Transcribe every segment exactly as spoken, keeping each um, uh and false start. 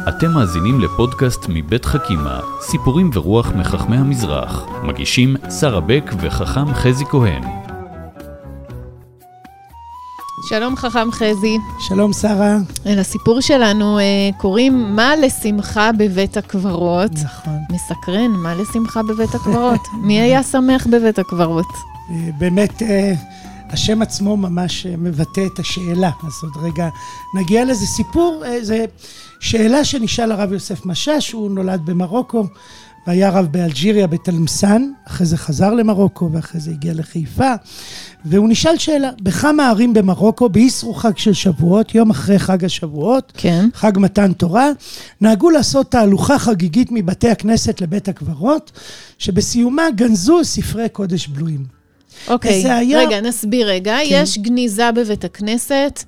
אתם מאזינים לפודקאסט מבית חכימה, סיפורים ורוח מחכמי המזרח. מגישים שרה בק וחכם חזי כהן. שלום חכם חזי. שלום שרה. לסיפור שלנו קוראים מה לשמחה בבית הקברות. נכון. מסקרן, מה לשמחה בבית הקברות? מי היה שמח בבית הקברות? באמת, השם עצמו ממש מבטא את השאלה. אז עוד רגע נגיע לזה סיפור. זה שאלה שנשאל הרב יוסף משש, הוא נולד במרוקו, והיה רב באלג'יריה בתלמסן, אחרי זה חזר למרוקו, ואחרי זה הגיע לחיפה, והוא נשאל שאלה, בכמה ערים במרוקו, באיסרו חג של שבועות, יום אחרי חג השבועות, כן. חג מתן תורה, נהגו לעשות תהלוכה חגיגית מבתי הכנסת לבית הקברות, שבסיומה גנזו ספרי קודש בלויים. אוקיי, היה... רגע, נסביר רגע, כן. יש גניזה בבית הכנסת,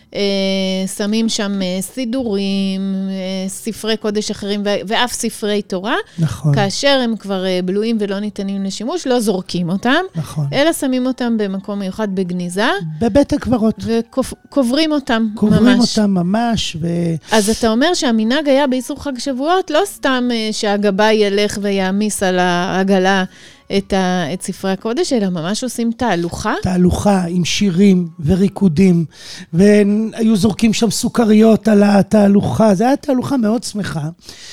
שמים שם סידורים, ספרי קודש אחרים ואף ספרי תורה. נכון. כאשר הם כבר בלויים ולא ניתנים לשימוש, לא זורקים אותם. נכון. אלא שמים אותם במקום מיוחד בגניזה. בבית הקברות. וקוברים אותם ממש. קוברים אותם ממש. ו... אז אתה אומר שהמנהג היה באיסור חג שבועות, לא סתם שהגבאי ילך ויעמיס על העגלה את, ה, את ספרי הקודש, אלא ממש עושים תהלוכה. תהלוכה עם שירים וריקודים, והיו זורקים שם סוכריות על התהלוכה, זה היה תהלוכה מאוד שמחה,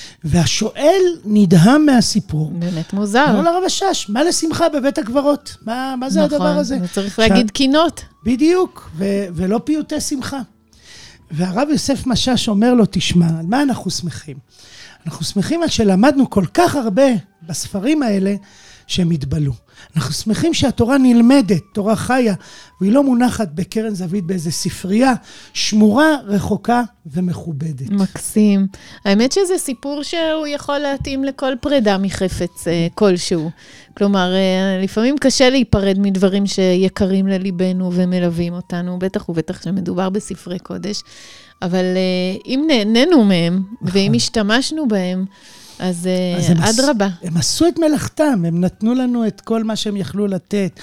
והשואל נדהם מהסיפור. באמת מוזר. אמר לרב משש, מה לשמחה בבית הקברות? מה, מה זה נכון, הדבר הזה? נכון, צריך להגיד קינות. בדיוק, ו, ולא פיוטי שמחה. והרב יוסף משש אומר לו, תשמע, על מה אנחנו שמחים? אנחנו שמחים על שלמדנו כל כך הרבה בספרים האלה, שהם יתבלו. אנחנו שמחים שהתורה נלמדת, תורה חיה, והיא לא מונחת בקרן זווית באיזה ספרייה, שמורה, רחוקה ומכובדת. מקסים. האמת שזה סיפור שהוא יכול להתאים לכל פרידה מחפץ כלשהו. כלומר, לפעמים קשה להיפרד מדברים שיקרים לליבנו ומלווים אותנו, בטח ובטח שמדובר בספרי קודש, אבל אם נהנינו מהם, ואם השתמשנו בהם, אז, אז עד עש, רבה. הם עשו את מלאכתם, הם נתנו לנו את כל מה שהם יכלו לתת.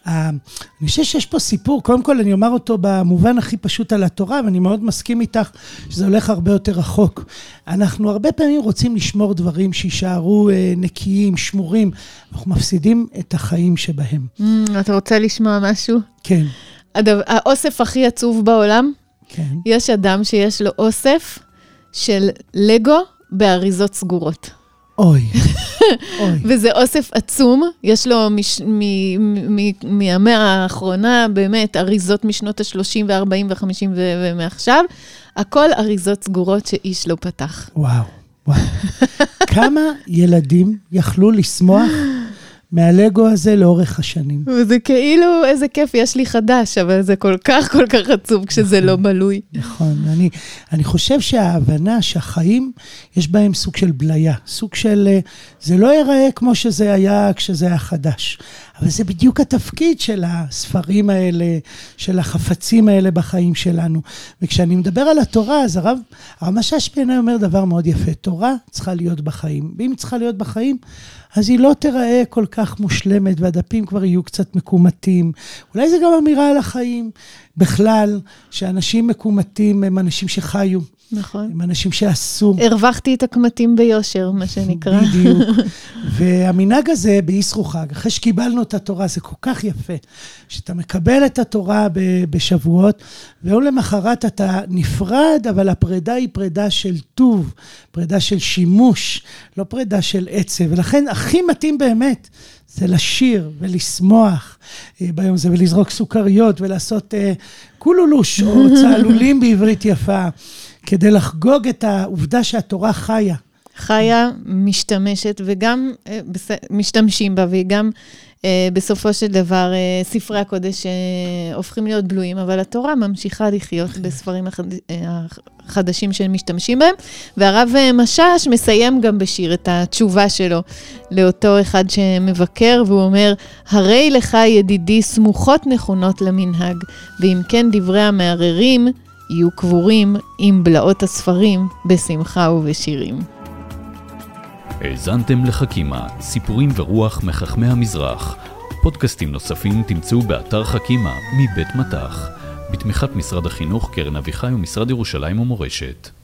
אני חושב שיש פה סיפור, קודם כל אני אומר אותו במובן הכי פשוט על התורה, ואני מאוד מסכים איתך שזה הולך הרבה יותר רחוק. אנחנו הרבה פעמים רוצים לשמור דברים שישארו נקיים, שמורים, אנחנו מפסידים את החיים שבהם. Mm, אתה רוצה לשמוע משהו? כן. הדבר, האוסף הכי עצוב בעולם, כן. יש אדם שיש לו אוסף של לגו, באריזות סגורות. אוי, אוי. וזה אוסף עצום, יש לו מש, מ, מ, מ, מהמאה האחרונה, באמת, אריזות משנות ה-שלושים ו-ארבעים ו-חמישים ומעכשיו, הכל אריזות סגורות שאיש לא פתח. וואו, וואו. כמה ילדים יכלו לשמוח מהלגו הזה לאורך השנים. וזה כאילו, איזה כיף, יש לי חדש, אבל זה כל כך, כל כך עצוב כשזה לא מלוי. נכון, אני, אני חושב שההבנה שהחיים, יש בהם סוג של בליה, סוג של, זה לא ייראה כמו שזה היה כשזה היה חדש, אבל זה בדיוק התפקיד של הספרים האלה, של החפצים האלה בחיים שלנו. וכשאני מדבר על התורה, אז הרב, הרב משש בעיניי אומר דבר מאוד יפה, תורה צריכה להיות בחיים, ואם צריכה להיות בחיים, אז היא לא תראה כל כך מושלמת, והדפים כבר יהיו קצת מקומטים. אולי זה גם אמירה על החיים. בכלל, שאנשים מקומטים הם אנשים שחיו. נכון. הם אנשים שעשו. הרווחתי את הקמטים ביושר, מה שנקרא. בדיוק. והמנהג הזה באיסרו חג, אחרי שקיבלנו את התורה, זה כל כך יפה, שאתה מקבל את התורה בשבועות, והוא למחרת אתה נפרד, אבל הפרידה היא פרידה של טוב, פרידה של שימוש, לא פרידה של עצב, ולכן הכי מתאים באמת, זה לשיר ולשמוח ביום הזה, ולזרוק סוכריות, ולעשות קולולוש, או צהלולים בעברית יפה, כדי לחגוג את העובדה שהתורה חיה. חיה, משתמשת, וגם משתמשים בה, וגם בסופו של דבר ספרי הקודש הופכים להיות בלויים, אבל התורה ממשיכה לחיות בספרים החדשים שהם משתמשים בהם, והרב משש מסיים גם בשיר את התשובה שלו לאותו אחד שמבקר, והוא אומר, הרי לך ידידי סמוכות נכונות למנהג, ואם כן דברי המערערים יהיו קבורים עם בלעות הספרים בשמחה ובשירים. האזנתם לחכימה, סיפורים ורוח מחכמי המזרח. פודקאסטים נוספים תמצאו באתר חכימה מבית מטח, בתמיכת משרד החינוך, קרן אביחי ומשרד ירושלים ומורשת.